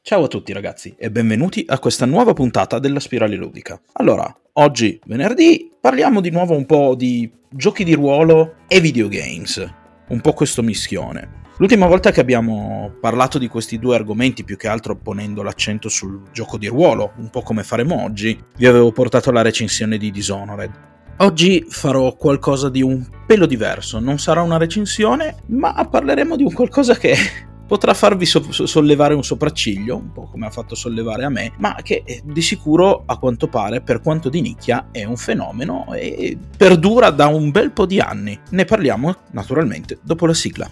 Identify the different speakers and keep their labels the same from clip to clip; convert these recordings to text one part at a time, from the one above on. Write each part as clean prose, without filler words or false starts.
Speaker 1: Ciao a tutti ragazzi e benvenuti a questa nuova puntata della Spirale Ludica. Allora, oggi venerdì parliamo di nuovo un po' di giochi di ruolo e videogames, un po' questo mischione. L'ultima volta che abbiamo parlato di questi due argomenti, più che altro ponendo l'accento sul gioco di ruolo, un po' come faremo oggi, vi avevo portato la recensione di Dishonored. Oggi farò qualcosa di un pelo diverso, non sarà una recensione, ma parleremo di un qualcosa che potrà farvi sollevare un sopracciglio, un po' come ha fatto sollevare a me, ma che di sicuro, a quanto pare, per quanto di nicchia, è un fenomeno e perdura da un bel po' di anni. Ne parliamo, naturalmente, dopo la sigla.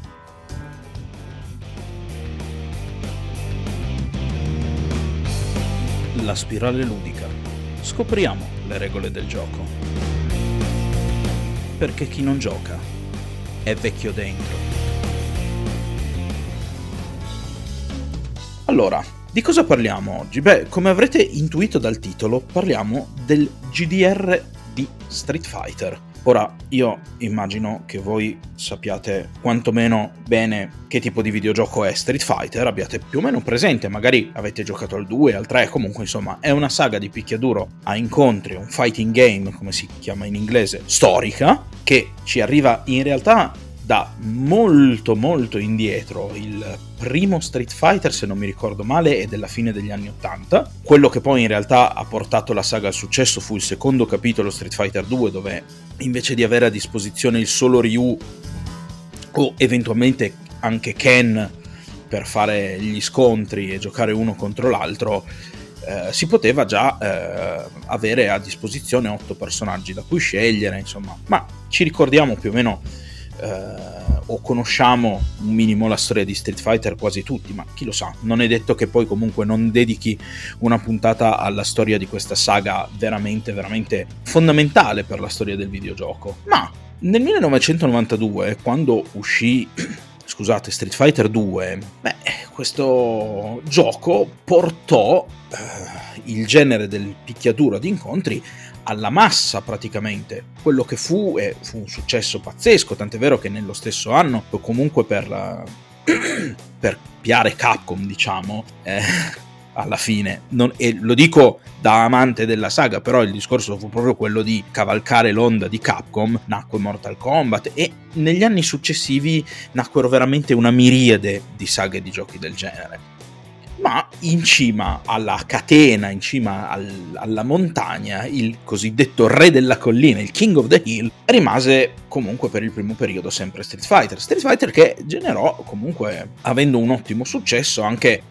Speaker 1: La Spirale Ludica. Scopriamo le regole del gioco. Perché chi non gioca è vecchio dentro. Allora, di cosa parliamo oggi? Beh, come avrete intuito dal titolo, parliamo del GDR di Street Fighter. Ora, io immagino che voi sappiate quantomeno bene che tipo di videogioco è Street Fighter, abbiate più o meno presente, magari avete giocato al 2, al 3, comunque insomma è una saga di picchiaduro a incontri, un fighting game, come si chiama in inglese, storica, che ci arriva in realtà da molto indietro. Il primo Street Fighter, se non mi ricordo male, è della fine degli anni 80. Quello che poi in realtà ha portato la saga al successo fu il secondo capitolo, Street Fighter 2, dove invece di avere a disposizione il solo Ryu o eventualmente anche Ken per fare gli scontri e giocare uno contro l'altro, si poteva già avere a disposizione 8 personaggi da cui scegliere, insomma. Ma ci ricordiamo più o meno o conosciamo un minimo la storia di Street Fighter quasi tutti, ma chi lo sa, non è detto che poi comunque non dedichi una puntata alla storia di questa saga veramente fondamentale per la storia del videogioco. Ma nel 1992, quando uscì Street Fighter 2, questo gioco portò il genere del picchiaduro ad incontri alla massa praticamente. Quello che fu un successo pazzesco, tant'è vero che nello stesso anno, o comunque per piare Capcom, diciamo, alla fine, e lo dico da amante della saga, però il discorso fu proprio quello di cavalcare l'onda di Capcom, nacque Mortal Kombat e negli anni successivi nacquero veramente una miriade di saghe di giochi del genere. Ma in cima alla catena, in cima alla montagna, il cosiddetto re della collina, il King of the Hill, rimase comunque per il primo periodo sempre Street Fighter. Street Fighter che generò comunque, avendo un ottimo successo, anche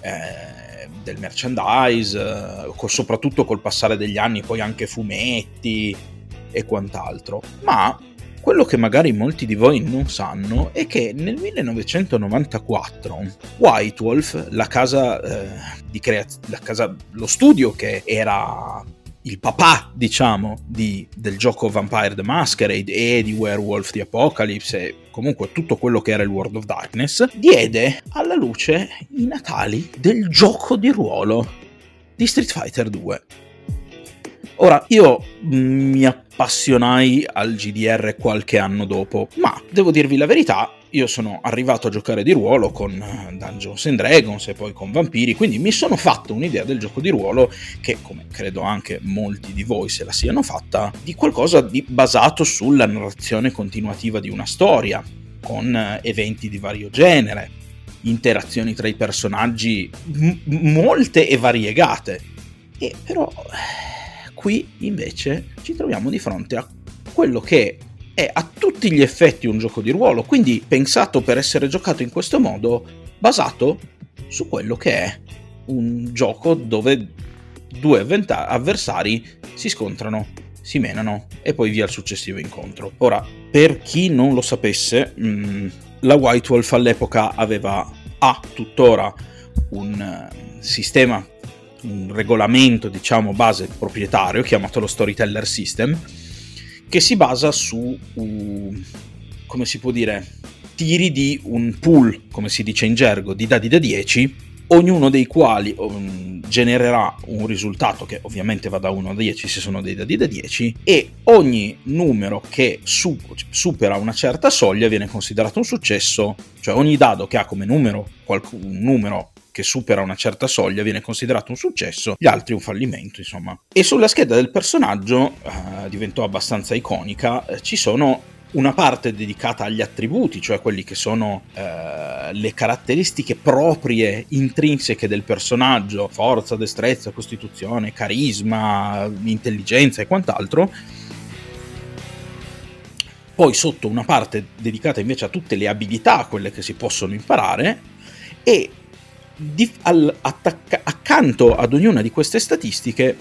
Speaker 1: del merchandise, soprattutto col passare degli anni, poi anche fumetti e quant'altro. Ma quello che magari molti di voi non sanno è che nel 1994 White Wolf, lo studio che era il papà, diciamo, del gioco Vampire the Masquerade e di Werewolf the Apocalypse e comunque tutto quello che era il World of Darkness, diede alla luce i natali del gioco di ruolo di Street Fighter 2. Ora, io mi appassionai al GDR qualche anno dopo, ma devo dirvi la verità, io sono arrivato a giocare di ruolo con Dungeons and Dragons e poi con Vampiri, quindi mi sono fatto un'idea del gioco di ruolo che, come credo anche molti di voi se la siano fatta, di qualcosa di basato sulla narrazione continuativa di una storia, con eventi di vario genere, interazioni tra i personaggi molte e variegate, e però qui invece ci troviamo di fronte a quello che è a tutti gli effetti un gioco di ruolo, quindi pensato per essere giocato in questo modo, basato su quello che è un gioco dove due avversari si scontrano, si menano e poi via il successivo incontro. Ora, per chi non lo sapesse, la White Wolf all'epoca ha tuttora un sistema, un regolamento, diciamo, base proprietario chiamato lo Storyteller System, che si basa su, come si può dire, tiri di un pool, come si dice in gergo, di dadi da 10, ognuno dei quali genererà un risultato che ovviamente va da 1 a 10 se sono dei dadi da 10, e ogni numero che supera una certa soglia viene considerato un successo, cioè ogni dado che ha come numero un numero che supera una certa soglia viene considerato un successo, gli altri un fallimento, insomma. E sulla scheda del personaggio, diventò abbastanza iconica, ci sono una parte dedicata agli attributi, cioè quelli che sono le caratteristiche proprie, intrinseche del personaggio, forza, destrezza, costituzione, carisma, intelligenza e quant'altro. Poi sotto una parte dedicata invece a tutte le abilità, quelle che si possono imparare, e accanto ad ognuna di queste statistiche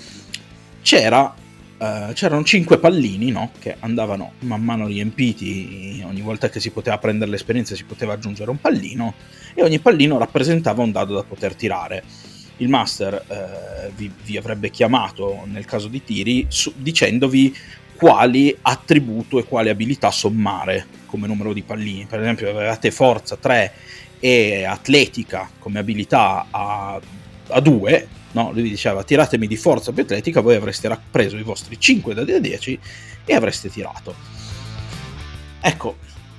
Speaker 1: c'erano 5 pallini, no? Che andavano man mano riempiti, ogni volta che si poteva prendere l'esperienza si poteva aggiungere un pallino, e ogni pallino rappresentava un dado da poter tirare. Il master vi avrebbe chiamato nel caso di tiri dicendovi quali attributo e quali abilità sommare come numero di pallini. Per esempio avevate forza 3 e atletica come abilità a 2, no? Lui diceva tiratemi di forza più atletica, voi avreste preso i vostri 5 dadi da 10 e avreste tirato. Ecco,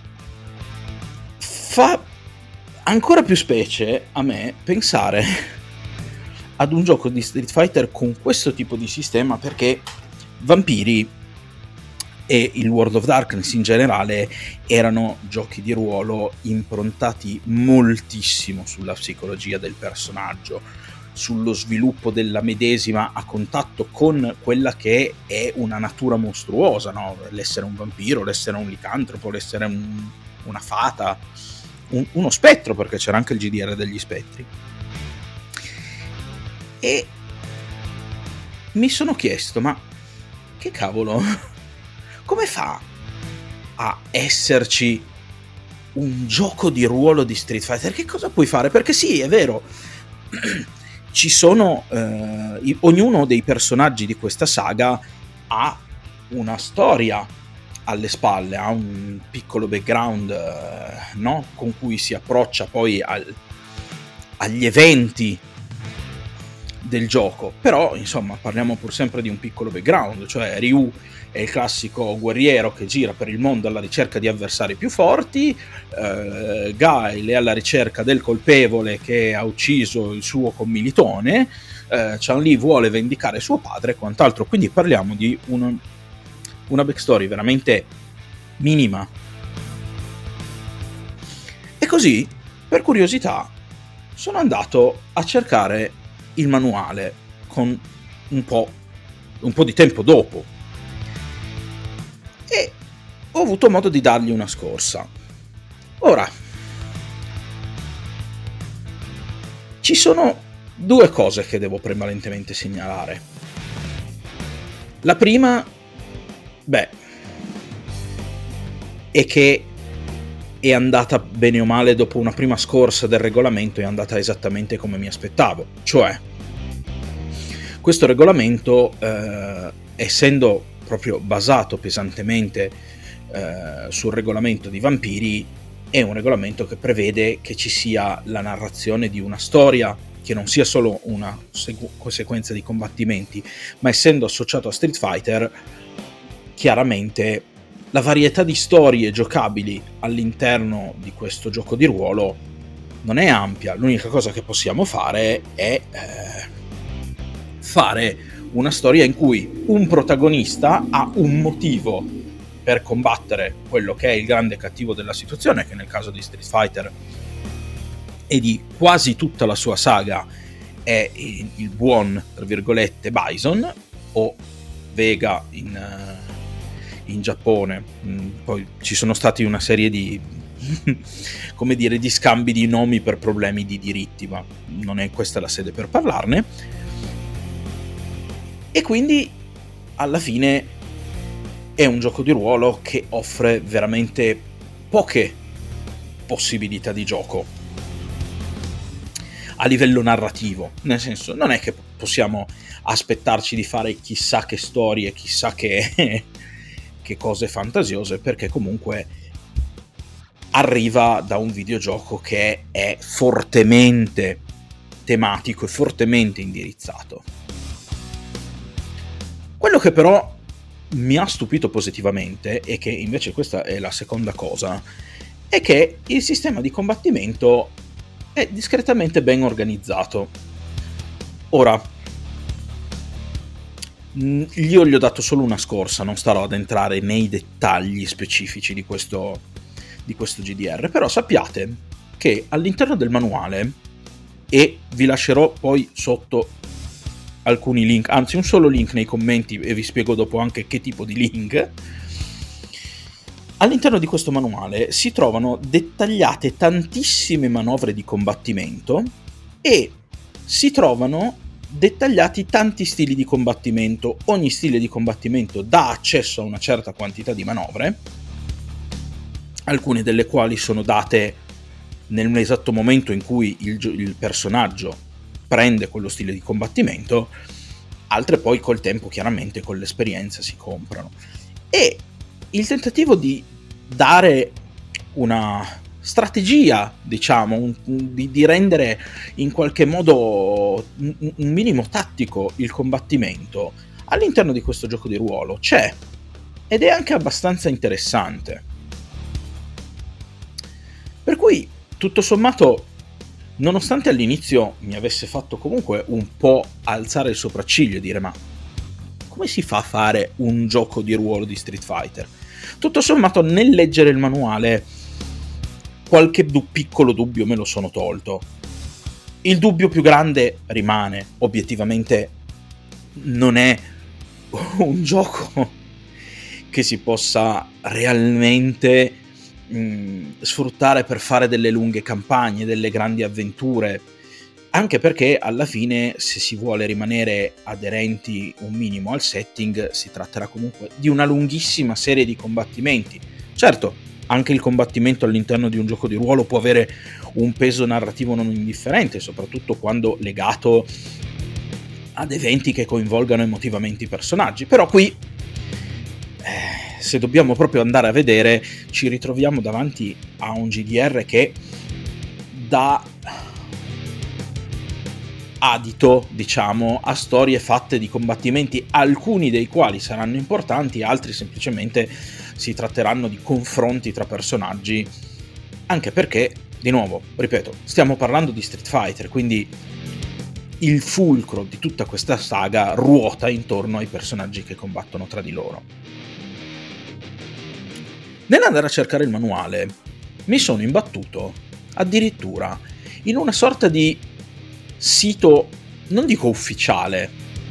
Speaker 1: fa ancora più specie a me pensare ad un gioco di Street Fighter con questo tipo di sistema, perché Vampiri e il World of Darkness in generale erano giochi di ruolo improntati moltissimo sulla psicologia del personaggio, sullo sviluppo della medesima a contatto con quella che è una natura mostruosa, no? L'essere un vampiro, l'essere un licantropo, l'essere una fata, uno spettro, perché c'era anche il GDR degli spettri. E mi sono chiesto, ma che cavolo, come fa a esserci un gioco di ruolo di Street Fighter? Che cosa puoi fare? Perché sì, è vero, ci sono ognuno dei personaggi di questa saga ha una storia alle spalle, ha un piccolo background, no? Con cui si approccia poi agli eventi del gioco. Però insomma parliamo pur sempre di un piccolo background, cioè Ryu è il classico guerriero che gira per il mondo alla ricerca di avversari più forti, Guile è alla ricerca del colpevole che ha ucciso il suo commilitone, Chun-Li vuole vendicare suo padre e quant'altro. Quindi parliamo di una backstory veramente minima. E così, per curiosità, sono andato a cercare il manuale con un po' di tempo dopo, e ho avuto modo di dargli una scorsa. Ora, ci sono due cose che devo prevalentemente segnalare. La prima, è che è andata bene o male, dopo una prima scorsa del regolamento, è andata esattamente come mi aspettavo. Cioè, questo regolamento, essendo proprio basato pesantemente sul regolamento di Vampiri, è un regolamento che prevede che ci sia la narrazione di una storia, che non sia solo una sequenza di combattimenti, ma essendo associato a Street Fighter, chiaramente la varietà di storie giocabili all'interno di questo gioco di ruolo non è ampia. L'unica cosa che possiamo fare è fare una storia in cui un protagonista ha un motivo per combattere quello che è il grande cattivo della situazione, che nel caso di Street Fighter e di quasi tutta la sua saga è il buon, tra virgolette, Bison, o Vega in Giappone. Poi ci sono stati una serie di come dire, di scambi di nomi per problemi di diritti, ma non è questa la sede per parlarne. E quindi alla fine è un gioco di ruolo che offre veramente poche possibilità di gioco a livello narrativo, nel senso, non è che possiamo aspettarci di fare chissà che storie, chissà che cose fantasiose, perché comunque arriva da un videogioco che è fortemente tematico e fortemente indirizzato. Quello che però mi ha stupito positivamente, e che invece questa è la seconda cosa, è che il sistema di combattimento è discretamente ben organizzato. Ora, io gli ho dato solo una scorsa, non starò ad entrare nei dettagli specifici di questo GDR, però sappiate che all'interno del manuale, e vi lascerò poi sotto alcuni link, anzi un solo link nei commenti, e vi spiego dopo anche che tipo di link, all'interno di questo manuale si trovano dettagliate tantissime manovre di combattimento e si trovano dettagliati tanti stili di combattimento. Ogni stile di combattimento dà accesso a una certa quantità di manovre, alcune delle quali sono date nell'esatto momento in cui il personaggio prende quello stile di combattimento, altre poi col tempo, chiaramente con l'esperienza, si comprano. E il tentativo di dare una strategia, diciamo, di rendere in qualche modo un minimo tattico il combattimento all'interno di questo gioco di ruolo c'è, ed è anche abbastanza interessante. Per cui, tutto sommato, nonostante all'inizio mi avesse fatto comunque un po' alzare il sopracciglio e dire ma come si fa a fare un gioco di ruolo di Street Fighter? Tutto sommato, nel leggere il manuale qualche piccolo dubbio me lo sono tolto. Il dubbio più grande rimane: obiettivamente non è un gioco che si possa realmente sfruttare per fare delle lunghe campagne, delle grandi avventure, anche perché alla fine, se si vuole rimanere aderenti un minimo al setting, si tratterà comunque di una lunghissima serie di combattimenti. Certo, anche il combattimento all'interno di un gioco di ruolo può avere un peso narrativo non indifferente, soprattutto quando legato ad eventi che coinvolgano emotivamente i personaggi. Però qui, se dobbiamo proprio andare a vedere, ci ritroviamo davanti a un GDR che dà adito, diciamo, a storie fatte di combattimenti, alcuni dei quali saranno importanti, altri semplicemente si tratteranno di confronti tra personaggi, anche perché, di nuovo, ripeto, stiamo parlando di Street Fighter, quindi il fulcro di tutta questa saga ruota intorno ai personaggi che combattono tra di loro. Nell'andare a cercare il manuale mi sono imbattuto addirittura in una sorta di sito, non dico ufficiale,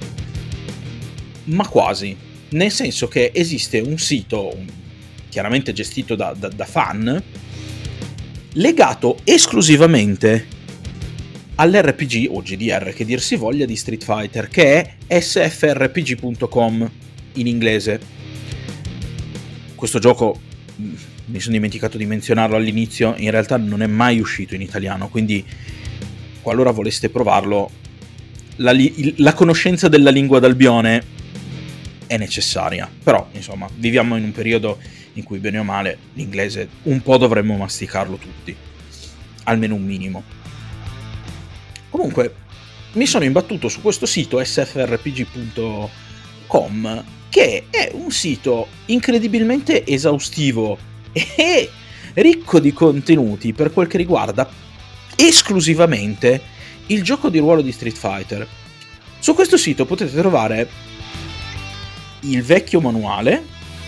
Speaker 1: ma quasi, nel senso che esiste un sito chiaramente gestito da fan, legato esclusivamente all'RPG o GDR che dir si voglia di Street Fighter, che è sfrpg.com in inglese. Questo gioco, mi sono dimenticato di menzionarlo all'inizio, in realtà non è mai uscito in italiano, quindi qualora voleste provarlo, la conoscenza della lingua d'Albione è necessaria. Però, insomma, viviamo in un periodo in cui, bene o male, l'inglese un po' dovremmo masticarlo tutti, almeno un minimo. Comunque, mi sono imbattuto su questo sito sfrpg.com, che è un sito incredibilmente esaustivo e ricco di contenuti per quel che riguarda esclusivamente il gioco di ruolo di Street Fighter. Su questo sito potete trovare il vecchio manuale,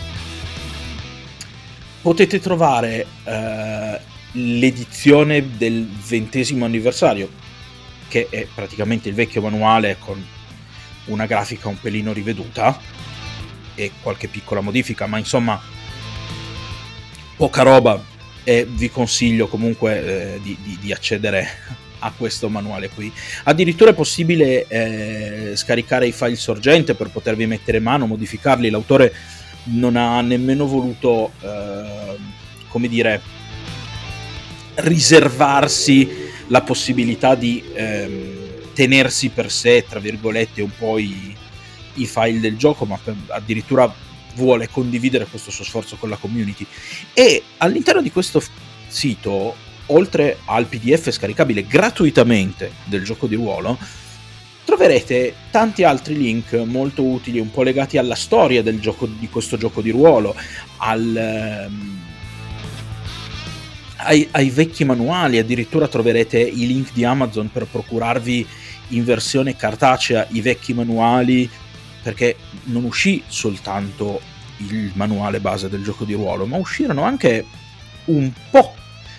Speaker 1: potete trovare l'edizione del 20° anniversario, che è praticamente il vecchio manuale con una grafica un pelino riveduta e qualche piccola modifica, ma insomma poca roba, e vi consiglio comunque di accedere a questo manuale qui. Addirittura è possibile scaricare i file sorgente per potervi mettere mano, modificarli. L'autore non ha nemmeno voluto come dire, riservarsi la possibilità di tenersi per sé, tra virgolette, un po' i file del gioco, ma addirittura vuole condividere questo suo sforzo con la community. E all'interno di questo sito, oltre al PDF scaricabile gratuitamente del gioco di ruolo, troverete tanti altri link molto utili, un po' legati alla storia del gioco, di questo gioco di ruolo, ai vecchi manuali, addirittura troverete i link di Amazon per procurarvi in versione cartacea i vecchi manuali, perché non uscì soltanto il manuale base del gioco di ruolo, ma uscirono anche un po'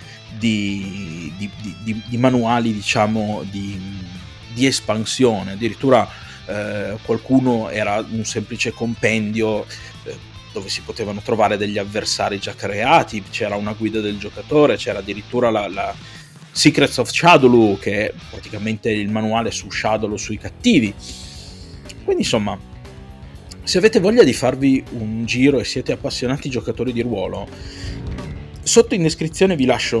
Speaker 1: di manuali, diciamo, di espansione. Addirittura qualcuno era un semplice compendio dove si potevano trovare degli avversari già creati, c'era una guida del giocatore, c'era addirittura la Secrets of Shadowloo, che è praticamente il manuale su Shadowloo, sui cattivi. Quindi insomma, se avete voglia di farvi un giro e siete appassionati giocatori di ruolo, sotto in descrizione vi lascio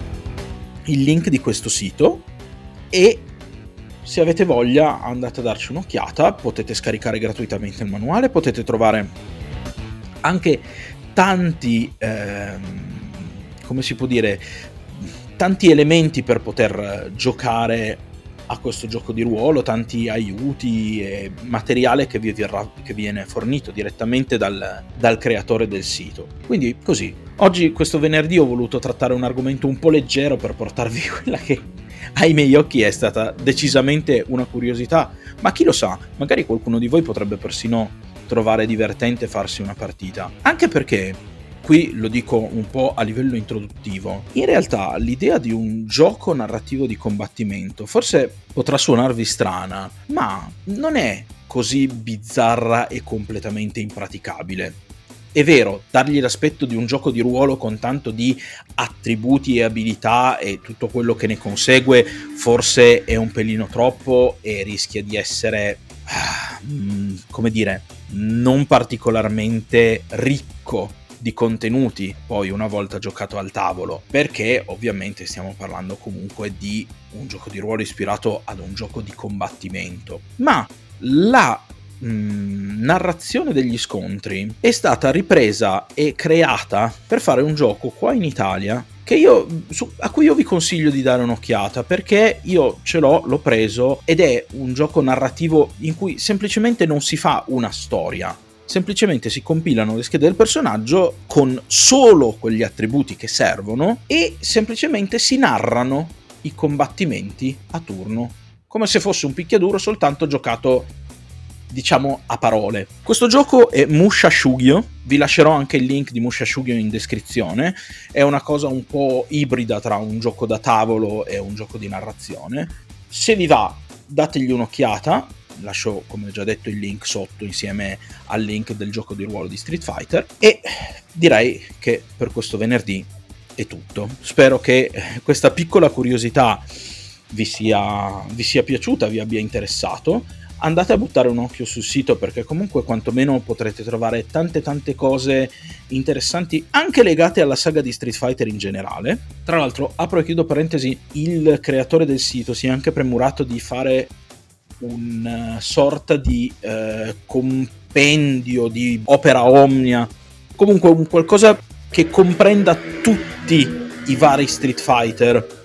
Speaker 1: il link di questo sito e se avete voglia andate a darci un'occhiata. Potete scaricare gratuitamente il manuale, potete trovare anche tanti, come si può dire, tanti elementi per poter giocare a questo gioco di ruolo, tanti aiuti e materiale che viene fornito direttamente dal creatore del sito. Quindi così, oggi, questo venerdì, ho voluto trattare un argomento un po' leggero per portarvi quella che ai miei occhi è stata decisamente una curiosità, ma chi lo sa, magari qualcuno di voi potrebbe persino trovare divertente farsi una partita, anche perché, qui lo dico un po' a livello introduttivo, in realtà l'idea di un gioco narrativo di combattimento forse potrà suonarvi strana, ma non è così bizzarra e completamente impraticabile. È vero, dargli l'aspetto di un gioco di ruolo con tanto di attributi e abilità e tutto quello che ne consegue forse è un pelino troppo e rischia di essere, come dire, non particolarmente ricco di contenuti poi una volta giocato al tavolo, perché ovviamente stiamo parlando comunque di un gioco di ruolo ispirato ad un gioco di combattimento. Ma la narrazione degli scontri è stata ripresa e creata per fare un gioco qua in Italia a cui io vi consiglio di dare un'occhiata, perché io l'ho preso ed è un gioco narrativo in cui semplicemente non si fa una storia, semplicemente si compilano le schede del personaggio con solo quegli attributi che servono e semplicemente si narrano i combattimenti a turno, come se fosse un picchiaduro soltanto giocato, diciamo, a parole. Questo gioco è Musha Shugyo, vi lascerò anche il link di Musha Shugyo in descrizione. È una cosa un po' ibrida tra un gioco da tavolo e un gioco di narrazione. Se vi va, dategli un'occhiata, lascio come ho già detto il link sotto insieme al link del gioco di ruolo di Street Fighter, e direi che per questo venerdì è tutto. Spero che questa piccola curiosità vi sia piaciuta, vi abbia interessato. Andate a buttare un occhio sul sito, perché comunque quantomeno potrete trovare tante cose interessanti anche legate alla saga di Street Fighter in generale. Tra l'altro, apro e chiudo parentesi, il creatore del sito si è anche premurato di fare una sorta di compendio di opera omnia, comunque un qualcosa che comprenda tutti i vari Street Fighter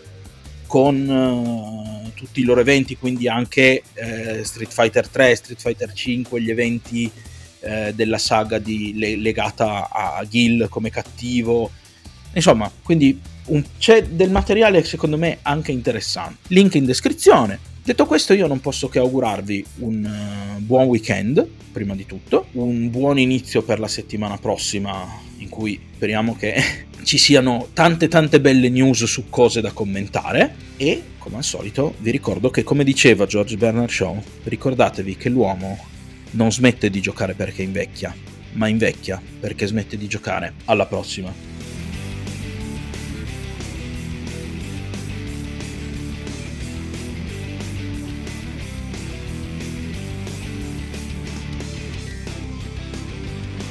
Speaker 1: con tutti i loro eventi, quindi anche Street Fighter 3, Street Fighter 5, gli eventi della saga legata a Gil come cattivo, insomma, quindi c'è del materiale secondo me anche interessante. Link in descrizione. Detto questo, io non posso che augurarvi un buon weekend, prima di tutto, un buon inizio per la settimana prossima, in cui speriamo che ci siano tante belle news su cose da commentare, e come al solito vi ricordo che, come diceva George Bernard Shaw, ricordatevi che l'uomo non smette di giocare perché invecchia, ma invecchia perché smette di giocare. Alla prossima.